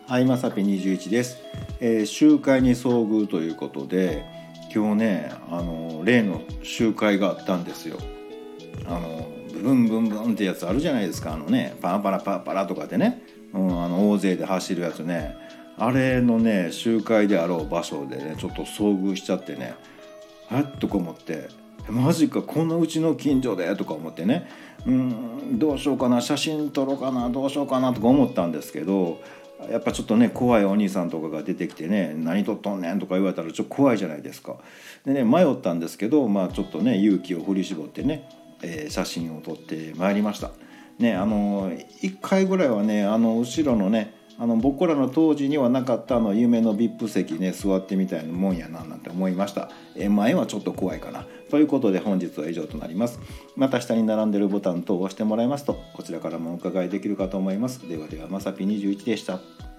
はい、まさぴ21です。集会に遭遇ということで、今日ね、例の集会があったんですよ。ブンブンブンってやつあるじゃないですか。パラパラパラパラとかでね、大勢で走るやつね。あれのね、集会であろう場所でね、ちょっと遭遇しちゃってね、とか思って、マジか、こんなうちの近所でとか思ってね、どうしようかな、写真撮ろうかな、どうしようかなとか思ったんですけど、やっぱちょっとね、怖いお兄さんとかが出てきてね、何撮っとんねんとか言われたらちょっと怖いじゃないですか。でね、迷ったんですけど、ちょっとね、勇気を振り絞ってね、写真を撮ってまいりましたね。1回ぐらいはね、後ろのね、僕らの当時にはなかった夢の VIP 席ね、座ってみたいなもんやななんて思いました。前はちょっと怖いかなということで、本日は以上となります。また下に並んでいるボタン等を押してもらいますと、こちらからもお伺いできるかと思います。ではでは、まさぴ21でした。